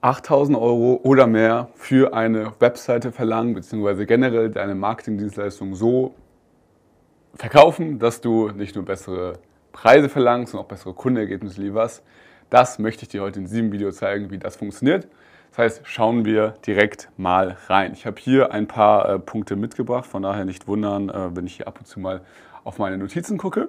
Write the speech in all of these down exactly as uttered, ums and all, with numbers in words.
achttausend Euro oder mehr für eine Webseite verlangen, beziehungsweise generell deine Marketingdienstleistung so verkaufen, dass du nicht nur bessere Preise verlangst, sondern auch bessere Kundenergebnisse lieferst. Das möchte ich dir heute in diesem Video zeigen, wie das funktioniert. Das heißt, schauen wir direkt mal rein. Ich habe hier ein paar äh, Punkte mitgebracht, von daher nicht wundern, äh, wenn ich hier ab und zu mal auf meine Notizen gucke.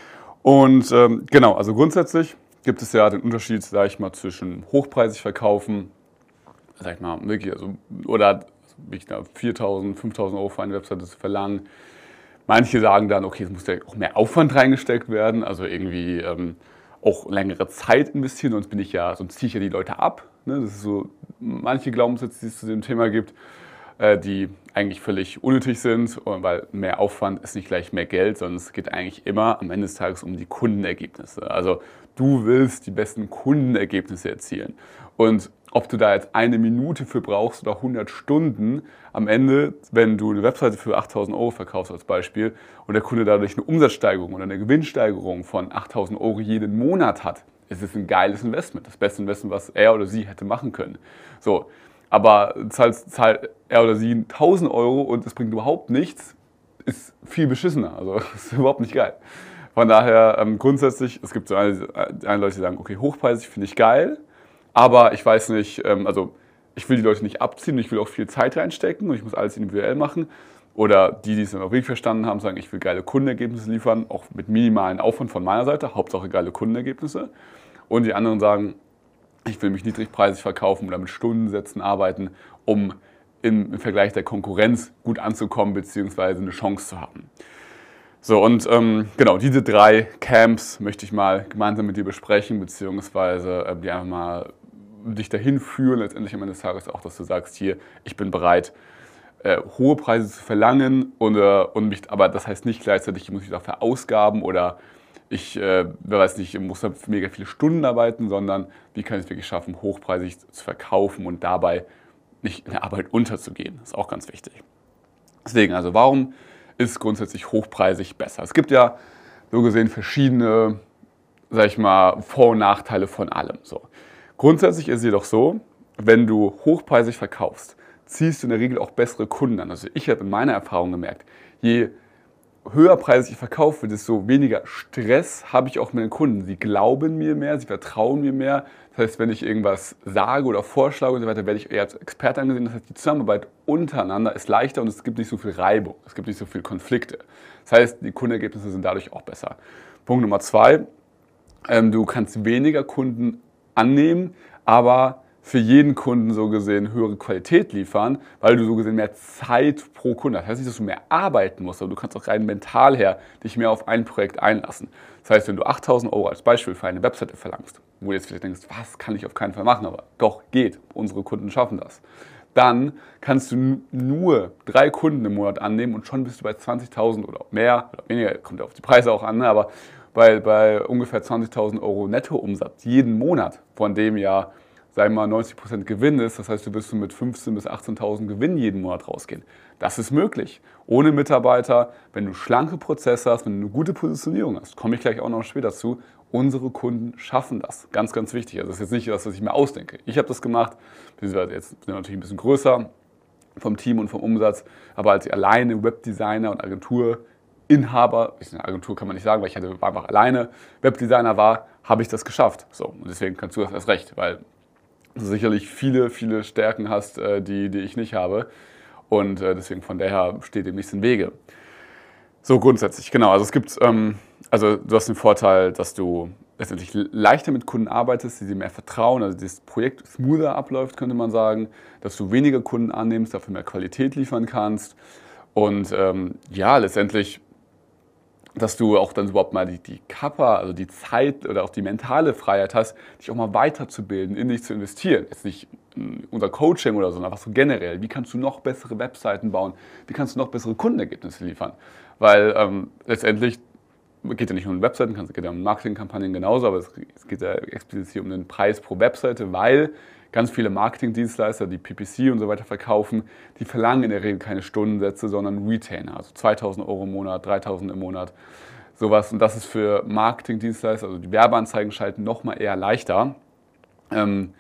Und ähm, genau, also grundsätzlich gibt es ja den Unterschied, sage ich mal, zwischen hochpreisig verkaufen, sag ich mal, wirklich, also, oder viertausend, fünftausend Euro für eine Webseite zu verlangen. Manche sagen dann, okay, es muss ja auch mehr Aufwand reingesteckt werden, also irgendwie ähm, auch längere Zeit investieren, sonst bin ich ja, sonst ziehe ich ja die Leute ab. Ne? Das ist so, manche Glaubenssätze, die es zu dem Thema gibt, äh, die eigentlich völlig unnötig sind, weil mehr Aufwand ist nicht gleich mehr Geld, sondern es geht eigentlich immer am Ende des Tages um die Kundenergebnisse. Also du willst die besten Kundenergebnisse erzielen. Und ob du da jetzt eine Minute für brauchst oder hundert Stunden, am Ende, wenn du eine Webseite für achttausend Euro verkaufst als Beispiel und der Kunde dadurch eine Umsatzsteigerung oder eine Gewinnsteigerung von achttausend Euro jeden Monat hat, ist es ein geiles Investment. Das beste Investment, was er oder sie hätte machen können. So, aber zahlt, zahlt er oder sie tausend Euro und es bringt überhaupt nichts, ist viel beschissener. Also ist überhaupt nicht geil. Von daher ähm, grundsätzlich, es gibt so eine, eine Leute, die sagen, okay, hochpreisig finde ich geil, aber ich weiß nicht, ähm, also ich will die Leute nicht abziehen, ich will auch viel Zeit reinstecken und ich muss alles individuell machen. Oder die, die es dann auch wirklich verstanden haben, sagen, ich will geile Kundenergebnisse liefern, auch mit minimalen Aufwand von meiner Seite, Hauptsache geile Kundenergebnisse. Und die anderen sagen, ich will mich niedrigpreisig verkaufen oder mit Stundensätzen arbeiten, um im, im Vergleich der Konkurrenz gut anzukommen bzw. eine Chance zu haben. So, und ähm, genau, diese drei Camps möchte ich mal gemeinsam mit dir besprechen, beziehungsweise äh, die einfach mal dich dahin führen, letztendlich am Ende des Tages auch, dass du sagst, hier, ich bin bereit, äh, hohe Preise zu verlangen, und, äh, und mich, aber das heißt nicht gleichzeitig, ich muss mich dafür ausgaben oder ich äh, weiß nicht, ich muss da mega viele Stunden arbeiten, sondern wie kann ich es wirklich schaffen, hochpreisig zu verkaufen und dabei nicht in der Arbeit unterzugehen. Das ist auch ganz wichtig. Deswegen, also warum ist grundsätzlich hochpreisig besser? Es gibt ja so gesehen verschiedene, sag ich mal, Vor- und Nachteile von allem. So. Grundsätzlich ist es jedoch so, wenn du hochpreisig verkaufst, ziehst du in der Regel auch bessere Kunden an. Also ich habe in meiner Erfahrung gemerkt, je höherpreisig ich verkaufe, desto weniger Stress habe ich auch mit den Kunden. Sie glauben mir mehr, sie vertrauen mir mehr. Das heißt, wenn ich irgendwas sage oder vorschlage und so weiter, werde ich eher als Experte angesehen. Das heißt, die Zusammenarbeit untereinander ist leichter und es gibt nicht so viel Reibung, es gibt nicht so viele Konflikte. Das heißt, die Kundenergebnisse sind dadurch auch besser. Punkt Nummer zwei, ähm, du kannst weniger Kunden annehmen, aber für jeden Kunden so gesehen höhere Qualität liefern, weil du so gesehen mehr Zeit pro Kunde hast. Das heißt nicht, dass du mehr arbeiten musst, aber du kannst auch rein mental her dich mehr auf ein Projekt einlassen. Das heißt, wenn du achttausend Euro als Beispiel für eine Webseite verlangst, wo du jetzt vielleicht denkst, was kann ich auf keinen Fall machen, aber doch, geht, unsere Kunden schaffen das, dann kannst du nur drei Kunden im Monat annehmen und schon bist du bei zwanzigtausend oder mehr oder weniger, kommt ja auf die Preise auch an, ne? Aber bei, bei ungefähr zwanzigtausend Euro Nettoumsatz jeden Monat, von dem ja, sagen wir mal, neunzig Prozent Gewinn ist, das heißt, du wirst mit fünfzehntausend bis achtzehntausend Gewinn jeden Monat rausgehen. Das ist möglich. Ohne Mitarbeiter, wenn du schlanke Prozesse hast, wenn du eine gute Positionierung hast, komme ich gleich auch noch später zu, unsere Kunden schaffen das. Ganz, ganz wichtig. Also das ist jetzt nicht das, was ich mir ausdenke. Ich habe das gemacht, beziehungsweise jetzt sind wir natürlich ein bisschen größer vom Team und vom Umsatz, aber als ich alleine Webdesigner und Agenturinhaber, eine Agentur kann man nicht sagen, weil ich hatte, war einfach alleine Webdesigner war, habe ich das geschafft. So, und deswegen kannst du das erst recht, weil du sicherlich viele, viele Stärken hast, die, die ich nicht habe. Und deswegen von daher steht dem nichts im Wege. So grundsätzlich, genau. Also es gibt, ähm, also du hast den Vorteil, dass du letztendlich leichter mit Kunden arbeitest, die dir mehr vertrauen, also das Projekt smoother abläuft, könnte man sagen, dass du weniger Kunden annimmst, dafür mehr Qualität liefern kannst. Und ähm, ja, letztendlich, dass du auch dann überhaupt mal die, die Kappa, also die Zeit oder auch die mentale Freiheit hast, dich auch mal weiterzubilden, in dich zu investieren. Jetzt nicht unser Coaching oder so, sondern einfach so generell. Wie kannst du noch bessere Webseiten bauen? Wie kannst du noch bessere Kundenergebnisse liefern? Weil ähm, letztendlich geht ja nicht nur um Webseiten, es geht ja um Marketingkampagnen genauso, aber es, es geht ja explizit hier um den Preis pro Webseite, weil ganz viele Marketingdienstleister, die P P C und so weiter verkaufen, die verlangen in der Regel keine Stundensätze, sondern Retainer, also zweitausend Euro im Monat, dreitausend im Monat, sowas. Und das ist für Marketingdienstleister, also die Werbeanzeigen schalten, nochmal eher leichter. Ähm,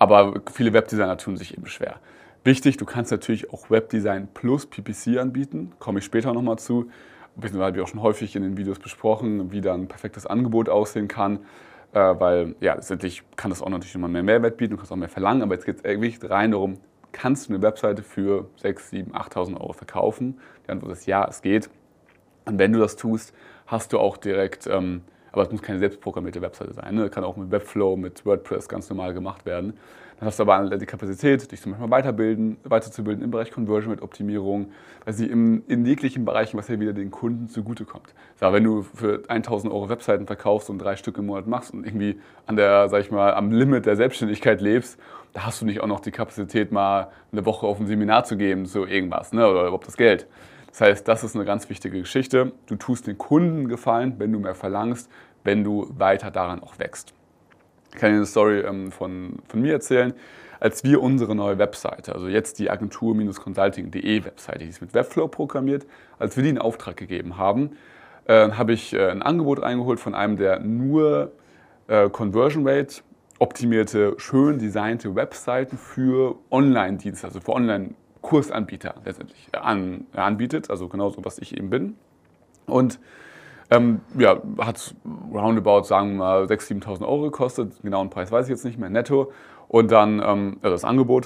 aber viele Webdesigner tun sich eben schwer. Wichtig, du kannst natürlich auch Webdesign plus P P C anbieten, komme ich später nochmal zu. Beziehungsweise habe ich auch schon häufig in den Videos besprochen, wie da ein perfektes Angebot aussehen kann, äh, weil ja, letztendlich kann das auch natürlich nochmal mehr Mehrwert bieten, du kannst auch mehr verlangen, aber jetzt geht es wirklich rein darum, kannst du eine Webseite für sechstausend, siebentausend, achttausend Euro verkaufen? Die Antwort ist ja, es geht. Und wenn du das tust, hast du auch direkt, ähm, aber es muss keine selbstprogrammierte Webseite sein, ne? Kann auch mit Webflow, mit WordPress ganz normal gemacht werden. Dann hast du aber die Kapazität, dich zum Beispiel weiterbilden, weiterzubilden im Bereich Conversion Rate Optimierung, weil sie im, in jeglichen Bereichen, was ja wieder den Kunden zugutekommt. Ja, wenn du für tausend Euro Webseiten verkaufst und drei Stück im Monat machst und irgendwie an der, sag ich mal, am Limit der Selbstständigkeit lebst, da hast du nicht auch noch die Kapazität, mal eine Woche auf ein Seminar zu geben zu irgendwas, ne? Oder überhaupt das Geld. Das heißt, das ist eine ganz wichtige Geschichte. Du tust den Kunden Gefallen, wenn du mehr verlangst, wenn du weiter daran auch wächst. Ich kann dir eine Story ähm, von, von mir erzählen. Als wir unsere neue Webseite, also jetzt die agentur-consulting punkt de Webseite, die ist mit Webflow programmiert, als wir die in Auftrag gegeben haben, äh, habe ich äh, ein Angebot eingeholt von einem, der nur äh, Conversion Rate optimierte, schön designte Webseiten für Online-Dienste, also für Online-Kursanbieter letztendlich an, anbietet, also genauso, was ich eben bin. Und ähm, ja, hat roundabout, sagen wir mal, sechstausend, siebentausend Euro gekostet. Den genauen Preis weiß ich jetzt nicht mehr, netto. Und dann ähm, also das Angebot.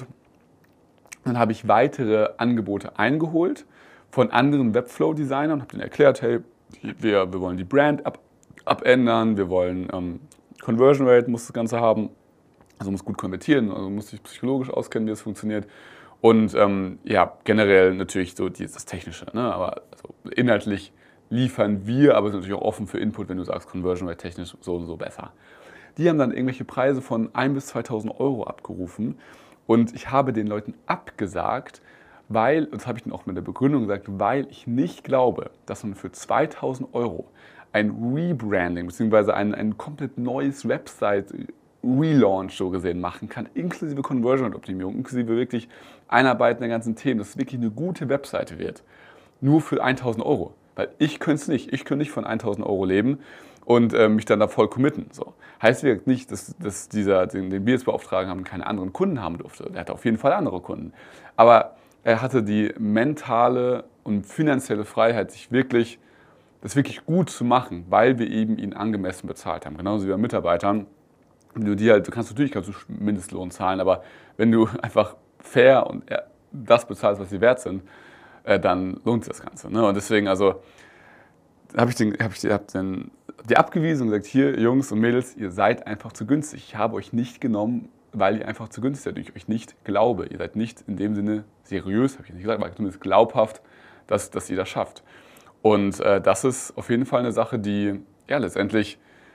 Dann habe ich weitere Angebote eingeholt von anderen Webflow-Designern und habe denen erklärt, hey, wir, wir wollen die Brand ab, abändern, wir wollen ähm, Conversion Rate muss das Ganze haben, also muss gut konvertieren, also muss sich psychologisch auskennen, wie das funktioniert. Und ähm, ja, generell natürlich so dieses Technische, ne? Aber also inhaltlich liefern wir, aber sind natürlich auch offen für Input, wenn du sagst, Conversion Rate technisch so und so besser. Die haben dann irgendwelche Preise von eintausend bis zweitausend Euro abgerufen und ich habe den Leuten abgesagt, weil, und das habe ich dann auch mit der Begründung gesagt, weil ich nicht glaube, dass man für zweitausend Euro ein Rebranding bzw. ein, ein komplett neues Website-Relaunch so gesehen machen kann, inklusive Conversion-Optimierung, inklusive wirklich Einarbeiten der ganzen Themen, dass es wirklich eine gute Webseite wird. Nur für eintausend Euro. Weil ich könnte es nicht. Ich könnte nicht von eintausend Euro leben und äh, mich dann da voll committen. So. Heißt wirklich nicht, dass, dass dieser, den, den wir jetzt beauftragen haben, keine anderen Kunden haben durfte. Er hatte auf jeden Fall andere Kunden. Aber er hatte die mentale und finanzielle Freiheit, sich wirklich das wirklich gut zu machen, weil wir eben ihn angemessen bezahlt haben. Genauso wie bei Mitarbeitern. Wenn du die halt, du kannst natürlich kannst du Mindestlohn zahlen, aber wenn du einfach fair und das bezahlst, was sie wert sind, äh, dann lohnt sich das Ganze. Ne? Und deswegen, also, habe ich, den, hab ich hab den, die abgewiesen und gesagt, hier, Jungs und Mädels, ihr seid einfach zu günstig. Ich habe euch nicht genommen, weil ihr einfach zu günstig seid. Ich euch nicht glaube. Ihr seid nicht in dem Sinne seriös, habe ich nicht gesagt, aber zumindest glaubhaft, dass, dass ihr das schafft. Und äh, das ist auf jeden Fall eine Sache, die ja letztendlich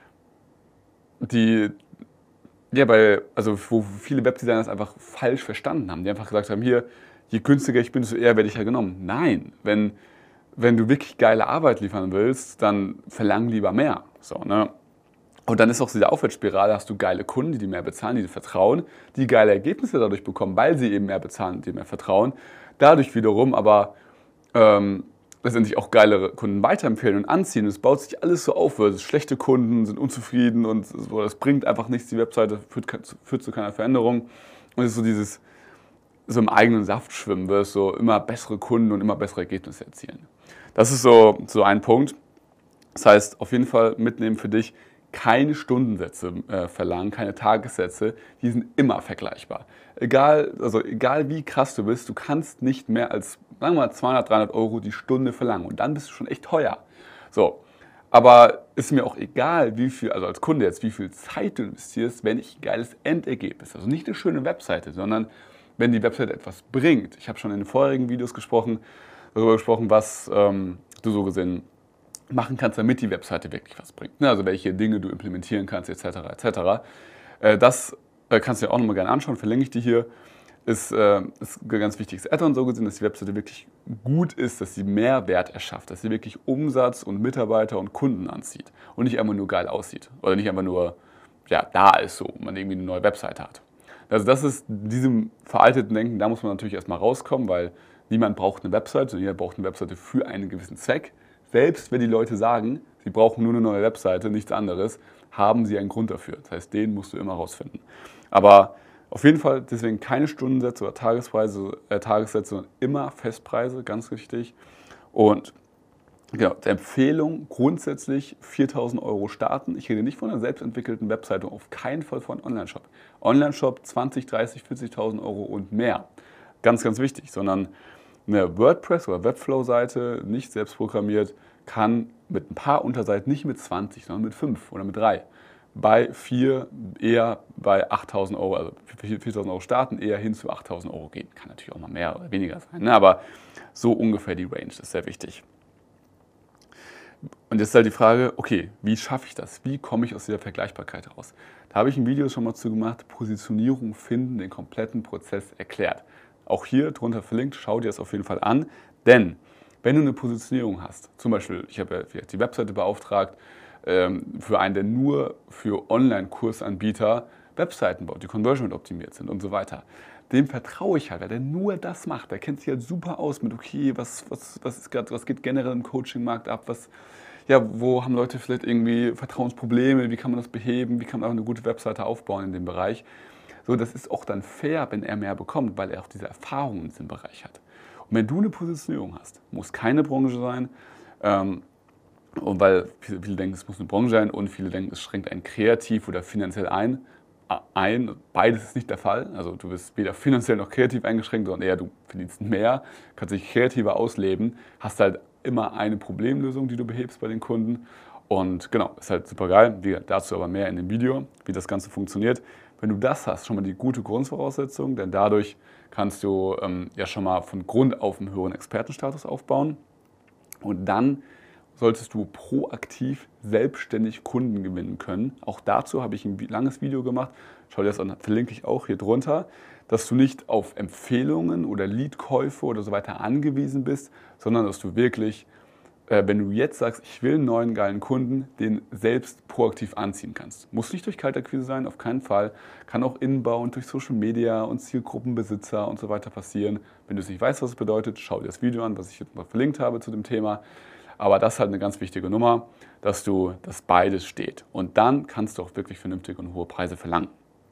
die ja bei also wo viele Webdesigner das einfach falsch verstanden haben, die einfach gesagt haben, hier, je günstiger ich bin, desto eher werde ich ja genommen. Nein, wenn, wenn du wirklich geile Arbeit liefern willst, dann verlang lieber mehr. So, ne? Und dann ist auch diese Aufwärtsspirale, hast du geile Kunden, die dir mehr bezahlen, die dir vertrauen, die geile Ergebnisse dadurch bekommen, weil sie eben mehr bezahlen und dir mehr vertrauen. Dadurch wiederum aber ähm, letztendlich auch geilere Kunden weiterempfehlen und anziehen. Es baut sich alles so auf, weil schlechte Kunden sind unzufrieden und so, das bringt einfach nichts. Die Webseite führt, führt zu keiner Veränderung. Und es ist so dieses, so im eigenen Saft schwimmen wirst, so immer bessere Kunden und immer bessere Ergebnisse erzielen. Das ist so, so ein Punkt. Das heißt, auf jeden Fall mitnehmen für dich, keine Stundensätze äh, verlangen, keine Tagessätze, die sind immer vergleichbar. Egal, also egal wie krass du bist, du kannst nicht mehr als, sagen wir mal, zweihundert, dreihundert Euro die Stunde verlangen und dann bist du schon echt teuer. So, aber ist mir auch egal, wie viel, also als Kunde jetzt, wie viel Zeit du investierst, wenn ich ein geiles Endergebnis, also nicht eine schöne Webseite, sondern wenn die Webseite etwas bringt. Ich habe schon in den vorherigen Videos gesprochen, darüber gesprochen, was ähm, du so gesehen machen kannst, damit die Webseite wirklich was bringt. Also welche Dinge du implementieren kannst, et cetera et cetera. Das kannst du dir auch nochmal gerne anschauen, verlinke ich dir hier. Ist, äh, ist ein ganz wichtiges Add-on so gesehen, dass die Webseite wirklich gut ist, dass sie Mehrwert erschafft, dass sie wirklich Umsatz und Mitarbeiter und Kunden anzieht und nicht einfach nur geil aussieht oder nicht einfach nur ja, da ist, so man irgendwie eine neue Webseite hat. Also das ist diesem veralteten Denken, da muss man natürlich erstmal rauskommen, weil niemand braucht eine Webseite, sondern jeder braucht eine Webseite für einen gewissen Zweck. Selbst wenn die Leute sagen, sie brauchen nur eine neue Webseite, nichts anderes, haben sie einen Grund dafür. Das heißt, den musst du immer rausfinden. Aber Auf jeden Fall deswegen keine Stundensätze oder Tagespreise, äh, Tagessätze, sondern immer Festpreise, ganz wichtig. Und genau, die Empfehlung grundsätzlich viertausend Euro starten. Ich rede nicht von einer selbstentwickelten Webseite, auf keinen Fall von Online-Shop. Online-Shop zwanzig, dreißig, vierzigtausend Euro und mehr. Ganz, ganz wichtig, sondern eine WordPress- oder Webflow-Seite, nicht selbst programmiert, kann mit ein paar Unterseiten, nicht mit zwanzig, sondern mit fünf oder mit drei, bei vier eher bei achttausend Euro, also viertausend Euro starten, eher hin zu achttausend Euro gehen. Kann natürlich auch mal mehr oder weniger sein, ne? Aber so ungefähr die Range, das ist sehr wichtig. Und jetzt ist halt die Frage, okay, wie schaffe ich das? Wie komme ich aus dieser Vergleichbarkeit heraus? Da habe ich ein Video schon mal zu gemacht, Positionierung finden, den kompletten Prozess erklärt. Auch hier drunter verlinkt, schau dir das auf jeden Fall an, denn wenn du eine Positionierung hast, zum Beispiel, ich habe ja die Webseite beauftragt, für einen, der nur für Online-Kursanbieter Webseiten baut, die Conversion optimiert sind und so weiter. Dem vertraue ich halt, weil der nur das macht. Der kennt sich halt super aus mit, okay, was, was, was, ist grad, was geht generell im Coaching-Markt ab, was, ja, wo haben Leute vielleicht irgendwie Vertrauensprobleme, wie kann man das beheben, wie kann man auch eine gute Webseite aufbauen in dem Bereich. So, das ist auch dann fair, wenn er mehr bekommt, weil er auch diese Erfahrung in diesem Bereich hat. Und wenn du eine Positionierung hast, muss keine Branche sein, ähm, und weil viele, viele denken, es muss eine Branche sein und viele denken, es schränkt einen kreativ oder finanziell ein. ein. Beides ist nicht der Fall. Also du bist weder finanziell noch kreativ eingeschränkt, sondern eher du verdienst mehr, kannst dich kreativer ausleben, hast halt immer eine Problemlösung, die du behebst bei den Kunden. Und genau, ist halt super geil. Wie gesagt, dazu aber mehr in dem Video, wie das Ganze funktioniert. Wenn du das hast, schon mal die gute Grundvoraussetzung, denn dadurch kannst du ähm, ja schon mal von Grund auf einen höheren Expertenstatus aufbauen. Und dann solltest du proaktiv selbstständig Kunden gewinnen können. Auch dazu habe ich ein langes Video gemacht, schau dir das an, verlinke ich auch hier drunter, dass du nicht auf Empfehlungen oder Leadkäufe oder so weiter angewiesen bist, sondern dass du wirklich, äh, wenn du jetzt sagst, ich will einen neuen geilen Kunden, den selbst proaktiv anziehen kannst. Muss nicht durch Kaltakquise sein, auf keinen Fall. Kann auch inbound durch Social Media und Zielgruppenbesitzer und so weiter passieren. Wenn du es nicht weißt, was es bedeutet, schau dir das Video an, was ich jetzt mal verlinkt habe zu dem Thema. Aber das ist halt eine ganz wichtige Nummer, dass du, dass beides steht. Und dann kannst du auch wirklich vernünftige und hohe Preise verlangen.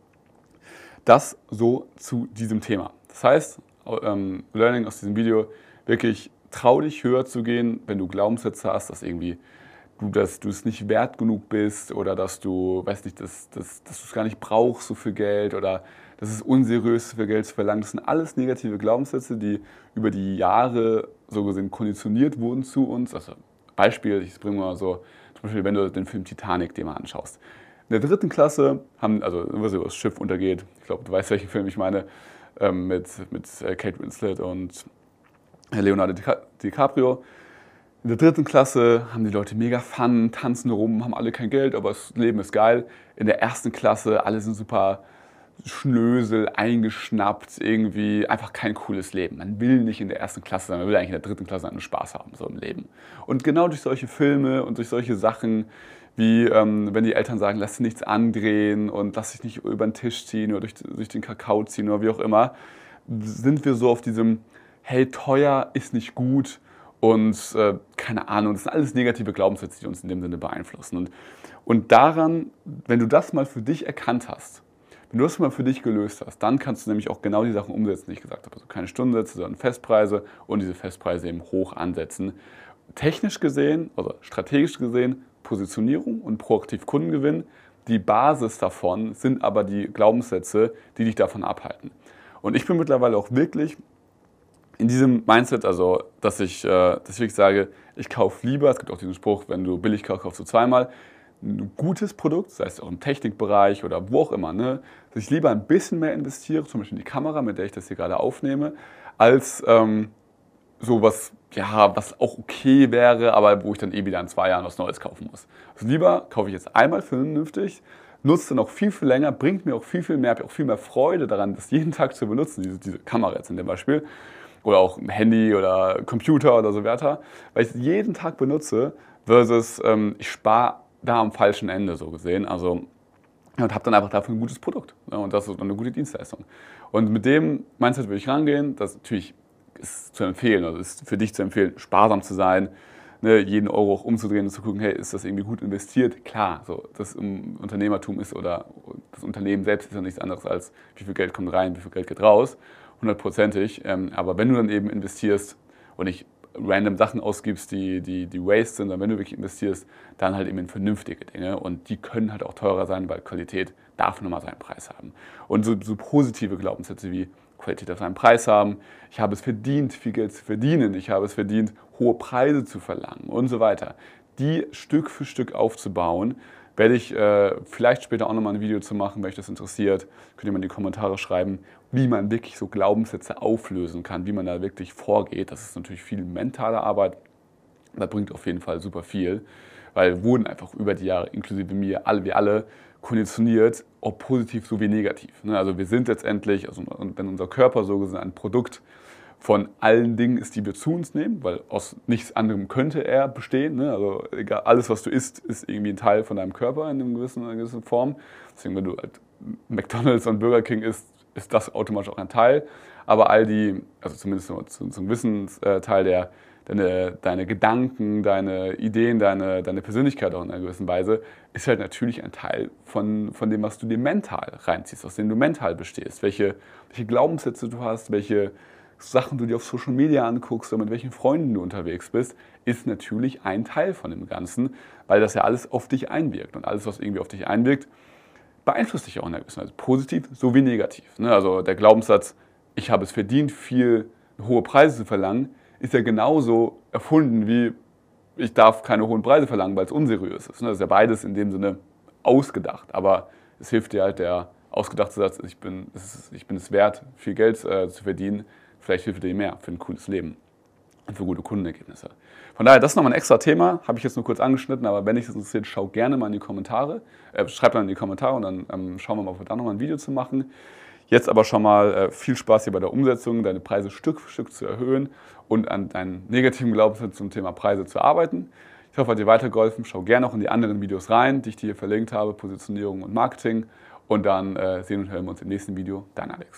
Das so zu diesem Thema. Das heißt, ähm, Learning aus diesem Video, wirklich trau dich höher zu gehen, wenn du Glaubenssätze hast, dass irgendwie du, dass du es nicht wert genug bist oder dass du, weiß nicht, dass, dass, dass du es gar nicht brauchst so viel Geld oder dass es unseriös ist, für Geld zu verlangen. Das sind alles negative Glaubenssätze, die über die Jahre so gesehen konditioniert wurden zu uns. Also Beispiel, ich bringe mal so, zum Beispiel, wenn du den Film Titanic dir mal anschaust. In der dritten Klasse haben, also wo das Schiff untergeht, ich glaube, du weißt, welchen Film ich meine, ähm, mit, mit Kate Winslet und Leonardo DiCaprio. In der dritten Klasse haben die Leute mega Fun, tanzen rum, haben alle kein Geld, aber das Leben ist geil. In der ersten Klasse, alle sind super Schnösel, eingeschnappt, irgendwie einfach kein cooles Leben. Man will nicht in der ersten Klasse sein, man will eigentlich in der dritten Klasse einen Spaß haben, so im Leben. Und genau durch solche Filme und durch solche Sachen, wie ähm, wenn die Eltern sagen, lass dich nichts andrehen und lass dich nicht über den Tisch ziehen oder durch, durch den Kakao ziehen oder wie auch immer, sind wir so auf diesem, hey, teuer ist nicht gut und äh, keine Ahnung, das sind alles negative Glaubenssätze, die uns in dem Sinne beeinflussen. Und, und daran, wenn du das mal für dich erkannt hast, wenn du das mal für dich gelöst hast, dann kannst du nämlich auch genau die Sachen umsetzen, die ich gesagt habe. Also keine Stundensätze, sondern Festpreise und diese Festpreise eben hoch ansetzen. Technisch gesehen, also strategisch gesehen, Positionierung und proaktiv Kundengewinn. Die Basis davon sind aber die Glaubenssätze, die dich davon abhalten. Und ich bin mittlerweile auch wirklich in diesem Mindset, also dass ich, äh, dass ich wirklich sage, ich kaufe lieber, es gibt auch diesen Spruch, wenn du billig kaufst, kaufst du zweimal, ein gutes Produkt, sei es auch im Technikbereich oder wo auch immer, ne, dass ich lieber ein bisschen mehr investiere, zum Beispiel in die Kamera, mit der ich das hier gerade aufnehme, als ähm, sowas, ja, was auch okay wäre, aber wo ich dann eh wieder in zwei Jahren was Neues kaufen muss. Also lieber kaufe ich jetzt einmal vernünftig, nutze dann auch viel, viel länger, bringt mir auch viel, viel mehr, habe auch viel mehr Freude daran, das jeden Tag zu benutzen, diese, diese Kamera jetzt in dem Beispiel. Oder auch ein Handy oder Computer oder so weiter, weil ich es jeden Tag benutze, versus ähm, ich spare da am falschen Ende so gesehen. Also und habe dann einfach dafür ein gutes Produkt, ja, und das ist eine gute Dienstleistung. Und mit dem Mindset würde ich rangehen, das natürlich ist zu empfehlen, also ist für dich zu empfehlen, sparsam zu sein, ne, jeden Euro auch umzudrehen und zu gucken, hey, ist das irgendwie gut investiert? Klar, so das im Unternehmertum ist oder das Unternehmen selbst ist ja nichts anderes als, wie viel Geld kommt rein, wie viel Geld geht raus, hundertprozentig. Ähm, aber wenn du dann eben investierst und nicht random Sachen ausgibst, die, die, die Waste sind, sondern wenn du wirklich investierst, dann halt eben in vernünftige Dinge und die können halt auch teurer sein, weil Qualität darf nun mal seinen Preis haben. Und so, so positive Glaubenssätze wie Qualität darf seinen Preis haben, ich habe es verdient, viel Geld zu verdienen, ich habe es verdient, hohe Preise zu verlangen und so weiter. Die Stück für Stück aufzubauen, werde ich äh, vielleicht später auch nochmal ein Video zu machen, wenn euch das interessiert. Könnt ihr mal in die Kommentare schreiben, wie man wirklich so Glaubenssätze auflösen kann, wie man da wirklich vorgeht. Das ist natürlich viel mentale Arbeit, das bringt auf jeden Fall super viel, weil wir wurden einfach über die Jahre, inklusive mir, alle, wir alle, konditioniert, ob positiv so wie negativ. Also wir sind letztendlich, also wenn unser Körper so gesehen ein Produkt von allen Dingen ist, die wir zu uns nehmen, weil aus nichts anderem könnte er bestehen. Ne? Also egal, alles, was du isst, ist irgendwie ein Teil von deinem Körper in, einem gewissen, in einer gewissen Form. Deswegen, wenn du halt McDonald's und Burger King isst, ist das automatisch auch ein Teil. Aber all die, also zumindest zu, zu einem gewissen Teil der Deine, deine Gedanken, deine Ideen, deine, deine Persönlichkeit auch in einer gewissen Weise, ist halt natürlich ein Teil von, von dem, was du dir mental reinziehst, aus dem du mental bestehst. Welche, welche Glaubenssätze du hast, welche Sachen du dir auf Social Media anguckst oder mit welchen Freunden du unterwegs bist, ist natürlich ein Teil von dem Ganzen, weil das ja alles auf dich einwirkt. Und alles, was irgendwie auf dich einwirkt, beeinflusst dich auch in einer gewissen Weise, positiv sowie negativ. Also der Glaubenssatz, ich habe es verdient, viel hohe Preise zu verlangen, ist ja genauso erfunden wie ich darf keine hohen Preise verlangen, weil es unseriös ist. Das ist ja beides in dem Sinne ausgedacht. Aber es hilft dir halt der ausgedachte Satz, ich bin, ich bin es wert, viel Geld äh, zu verdienen. Vielleicht hilft dir mehr für ein cooles Leben und für gute Kundenergebnisse. Von daher, das ist nochmal ein extra Thema, habe ich jetzt nur kurz angeschnitten, aber wenn dich das interessiert, schau gerne mal in die Kommentare. Äh, schreib dann in die Kommentare und dann ähm, schauen wir mal, ob wir da nochmal ein Video zu machen. Jetzt aber schon mal äh, viel Spaß hier bei der Umsetzung, deine Preise Stück für Stück zu erhöhen und an deinen negativen Glaubenssätzen zum Thema Preise zu arbeiten. Ich hoffe, hat dir weitergeholfen. Schau gerne auch in die anderen Videos rein, die ich dir hier verlinkt habe, Positionierung und Marketing. Und dann äh, sehen und hören wir uns im nächsten Video. Dein Alex.